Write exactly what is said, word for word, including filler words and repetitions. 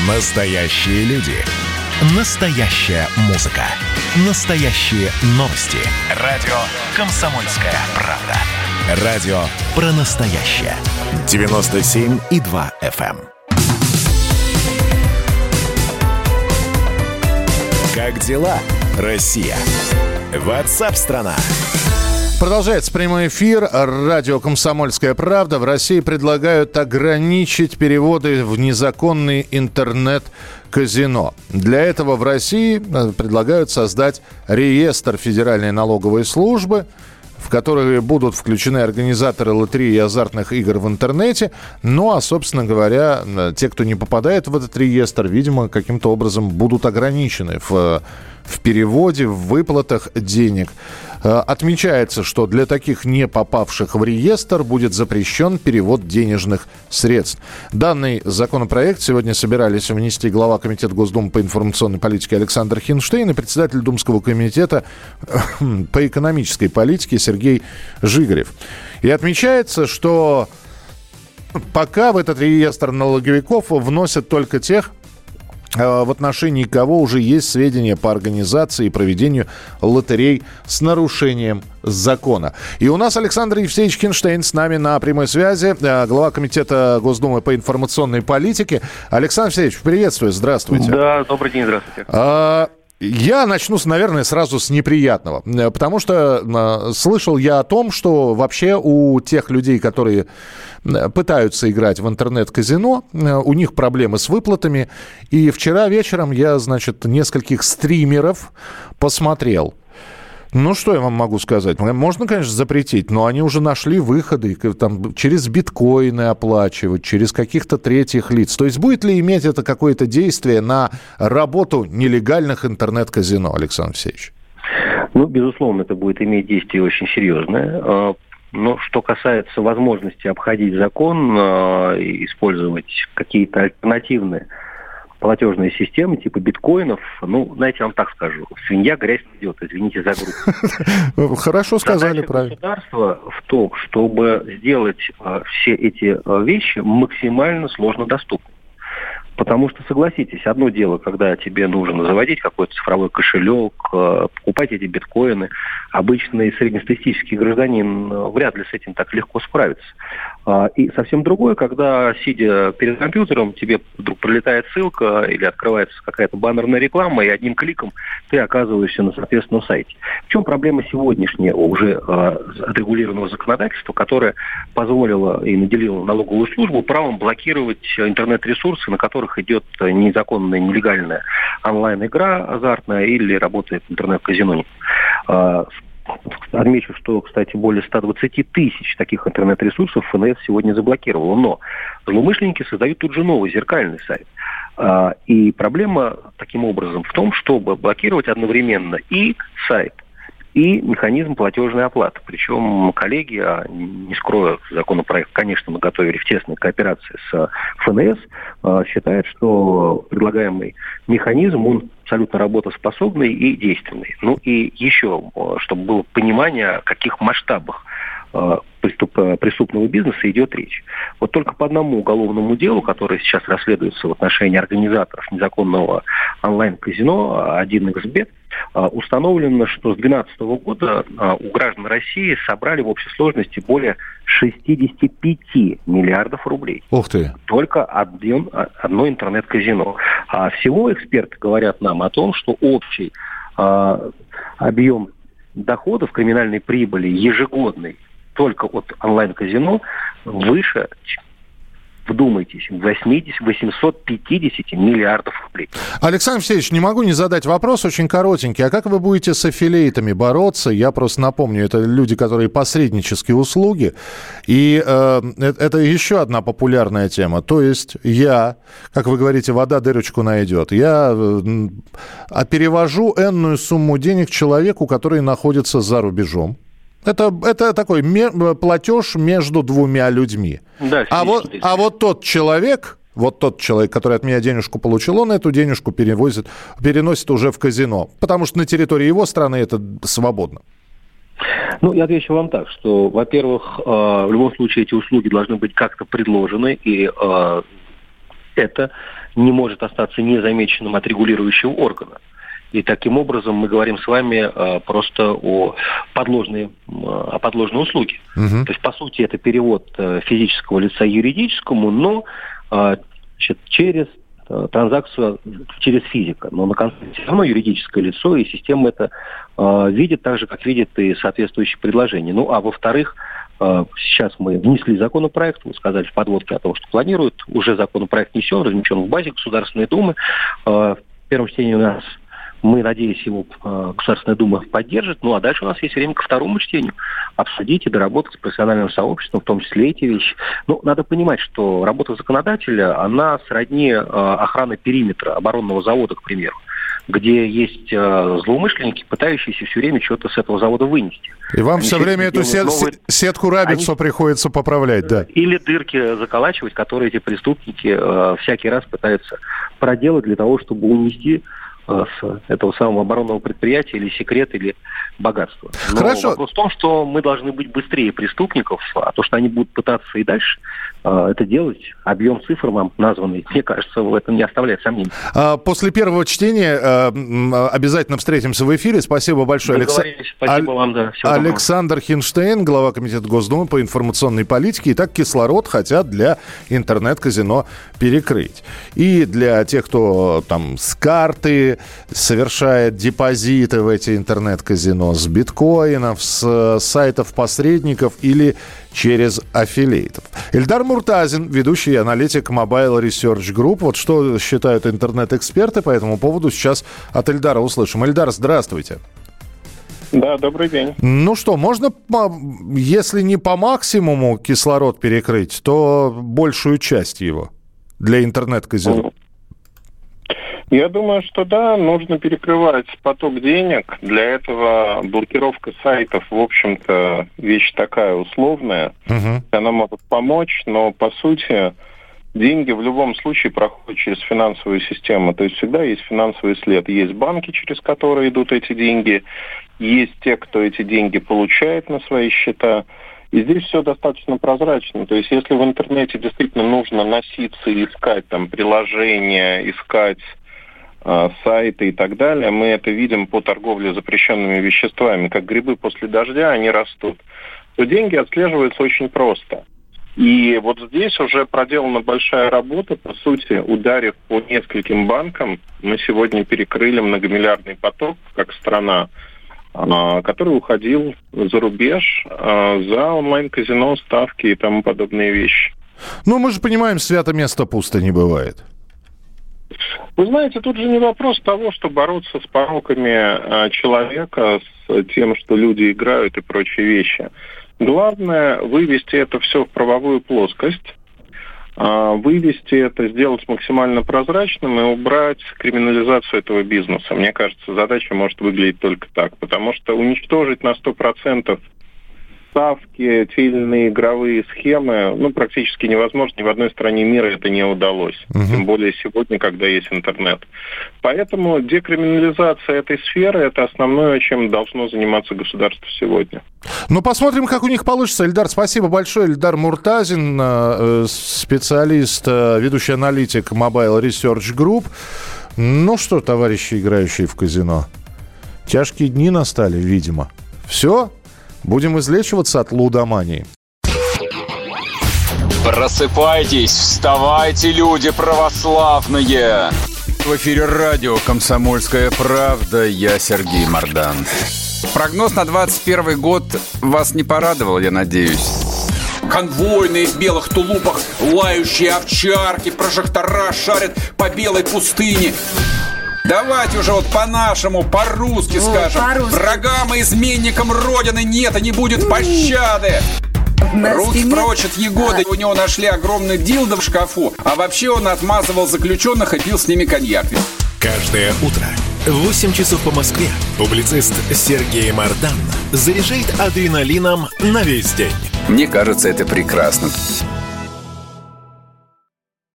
Настоящие люди. Настоящая музыка. Настоящие новости. Радио «Комсомольская правда». Радио про настоящее. девяносто семь и два эф эм. Как дела, Россия? Ватсап-страна! Продолжается прямой эфир. Радио «Комсомольская правда». В России предлагают ограничить переводы в незаконный интернет-казино. Для этого в России предлагают создать реестр Федеральной налоговой службы, в которые будут включены организаторы лотереи и азартных игр в интернете. Ну, а, собственно говоря, те, кто не попадает в этот реестр, видимо, каким-то образом будут ограничены в, в переводе, в выплатах денег. Отмечается, что для таких не попавших в реестр будет запрещен перевод денежных средств. Данный законопроект сегодня собирались внести глава Комитета Госдумы по информационной политике Александр Хинштейн и председатель Думского комитета по экономической политике Сергей Жигарев. И отмечается, что пока в этот реестр налоговиков вносят только тех, в отношении кого уже есть сведения по организации и проведению лотерей с нарушением закона. И у нас Александр Евсеевич Хинштейн с нами на прямой связи, глава Комитета Госдумы по информационной политике. Александр Евсеевич, приветствую, здравствуйте. Да, добрый день, здравствуйте. А... Я начну, наверное, сразу с неприятного, потому что э, слышал я о том, что вообще у тех людей, которые пытаются играть в интернет-казино, э, у них проблемы с выплатами. И вчера вечером я, значит, нескольких стримеров посмотрел. Ну, что я вам могу сказать? Можно, конечно, запретить, но они уже нашли выходы, там, через биткоины оплачивать, через каких-то третьих лиц. То есть будет ли иметь это какое-то действие на работу нелегальных интернет-казино, Александр Алексеевич? Ну, безусловно, это будет иметь действие очень серьезное. Но что касается возможности обходить закон, использовать какие-то альтернативные платежные системы типа биткоинов, ну, знаете, я вам так скажу, свинья грязь найдет, извините за грубость. Хорошо сказали, Задача правильно. Государства в том, чтобы сделать э, все эти э, вещи максимально сложно доступными. Потому что, согласитесь, одно дело, когда тебе нужно заводить какой-то цифровой кошелек, э, покупать эти биткоины. Обычный среднестатистический гражданин э, вряд ли с этим так легко справится. Э, и совсем другое, когда, сидя перед компьютером, тебе вдруг прилетает ссылка или открывается какая-то баннерная реклама, и одним кликом ты оказываешься на соответственном сайте. В чем проблема сегодняшнего уже э, отрегулированного законодательства, которое позволило и наделило налоговую службу правом блокировать интернет-ресурсы, на которых идет незаконная, нелегальная онлайн-игра азартная или работает интернет-казино. Отмечу, что, кстати, более ста двадцати тысяч таких интернет-ресурсов эф эн эс сегодня заблокировало. Но злоумышленники создают тут же новый зеркальный сайт. И проблема таким образом в том, чтобы блокировать одновременно и сайт, и механизм платежной оплаты. Причем коллеги, а не скрою, законопроект, конечно, мы готовили в тесной кооперации с эф эн эс, считают, что предлагаемый механизм, он абсолютно работоспособный и действенный. Ну и еще, чтобы было понимание, о каких масштабах Преступ, преступного бизнеса идет речь. Вот только по одному уголовному делу, которое сейчас расследуется в отношении организаторов незаконного онлайн-казино один икс бет, установлено, что с две тысячи двенадцатого года у граждан России собрали в общей сложности более шестьдесят пять миллиардов рублей. Ух ты! Только один, одно интернет-казино. А всего эксперты говорят нам о том, что общий а, объем доходов криминальной прибыли ежегодный только от онлайн-казино выше, вдумайтесь, восемьсот пятьдесят миллиардов рублей. Александр Алексеевич, не могу не задать вопрос очень коротенький. А как вы будете с аффилиейтами бороться? Я просто напомню, это люди, которые посреднические услуги. И э, это еще одна популярная тема. То есть я, как вы говорите, вода дырочку найдет. Я э, перевожу энную сумму денег человеку, который находится за рубежом. Это, это такой ме- платеж между двумя людьми. Да, а, вот, а вот тот человек, вот тот человек, который от меня денежку получил, он эту денежку перевозит, переносит уже в казино. Потому что на территории его страны это свободно. Ну, я отвечу вам так, что, во-первых, в любом случае эти услуги должны быть как-то предложены, и это не может остаться незамеченным от регулирующего органа. И таким образом мы говорим с вами э, просто о подложной, э, о подложной услуге. Uh-huh. То есть, по сути, это перевод э, физического лица юридическому, но э, значит, через э, транзакцию, через физика. Но на конце все равно юридическое лицо, и система это э, видит так же, как видит и соответствующие предложения. Ну, а во-вторых, э, сейчас мы внесли законопроект, вы сказали в подводке о том, что планируют. Уже законопроект внесен, размещен в базе Государственной Думы. Э, в первом чтении у нас... Мы, надеюсь, его э, Государственная Дума поддержит. Ну, а дальше у нас есть время ко второму чтению. Обсудить и доработать с профессиональным сообществом, в том числе эти вещи. Ну, надо понимать, что работа законодателя, она сродни э, охраны периметра оборонного завода, к примеру, где есть э, злоумышленники, пытающиеся все время что-то с этого завода вынести. И вам Они все время эту сет, новые... сетку-рабицу Они... приходится поправлять, да? Или дырки заколачивать, которые эти преступники э, всякий раз пытаются проделать для того, чтобы унести с этого самого оборонного предприятия или секрет, или богатство. Но Хорошо. Вопрос в том, что мы должны быть быстрее преступников, а то, что они будут пытаться и дальше э, это делать, объем цифр вам названный, мне кажется, в этом не оставляет сомнений. После первого чтения э, обязательно встретимся в эфире. Спасибо большое. Алекс... Спасибо Аль... вам, да. Всего Александр доброго. Хинштейн, глава Комитета Госдумы по информационной политике. Итак, кислород хотят для интернет-казино перекрыть. И для тех, кто там с карты совершает депозиты в эти интернет-казино, с биткоинов, с сайтов-посредников или через аффилиейтов. Эльдар Муртазин, ведущий аналитик Mobile Research Group. Вот что считают интернет-эксперты по этому поводу, сейчас от Эльдара услышим. Эльдар, здравствуйте. Да, добрый день. Ну что, можно, если не по максимуму кислород перекрыть, то большую часть его для интернет-казино? Я думаю, что да, нужно перекрывать поток денег. Для этого блокировка сайтов, в общем-то, вещь такая условная. Uh-huh. Она может помочь, но, по сути, деньги в любом случае проходят через финансовую систему. То есть всегда есть финансовый след. Есть банки, через которые идут эти деньги. Есть те, кто эти деньги получает на свои счета. И здесь все достаточно прозрачно. То есть если в интернете действительно нужно носиться и искать там приложения, искать сайты и так далее, мы это видим по торговле запрещенными веществами. Как грибы после дождя, они растут. То деньги отслеживаются очень просто. И вот здесь уже проделана большая работа. По сути, ударив по нескольким банкам, мы сегодня перекрыли многомиллиардный поток, как страна, который уходил за рубеж за онлайн-казино, ставки и тому подобные вещи. Ну, мы же понимаем, свято место пусто не бывает. Вы знаете, тут же не вопрос того, что бороться с пороками э, человека, с тем, что люди играют и прочие вещи. Главное вывести это все в правовую плоскость, э, вывести это, сделать максимально прозрачным и убрать криминализацию этого бизнеса. Мне кажется, задача может выглядеть только так, потому что уничтожить на сто процентов ставки, те или иные игровые схемы, ну, практически невозможно. Ни в одной стране мира это не удалось. Uh-huh. Тем более сегодня, когда есть интернет. Поэтому декриминализация этой сферы – это основное, чем должно заниматься государство сегодня. Ну, посмотрим, как у них получится. Эльдар, спасибо большое. Эльдар Муртазин, специалист, ведущий аналитик Mobile Research Group. Ну что, товарищи, играющие в казино, тяжкие дни настали, видимо. Все? Будем излечиваться от лудомании. Просыпайтесь, вставайте, люди православные! В эфире радио «Комсомольская правда». Я Сергей Мордан. Прогноз на двадцать первый год вас не порадовал, я надеюсь. Конвойные в белых тулупах, лающие овчарки, прожектора шарят по белой пустыне. Давайте уже вот по-нашему, по-русски ну, скажем. По-русски. Врагам и изменникам Родины нет и не будет пощады. Руки стене... прочь от Егоды. А... У него нашли огромный дилдо в шкафу. А вообще он отмазывал заключенных и пил с ними коньяк. Каждое утро в восемь часов по Москве публицист Сергей Мордан заряжает адреналином на весь день. Мне кажется, это прекрасно.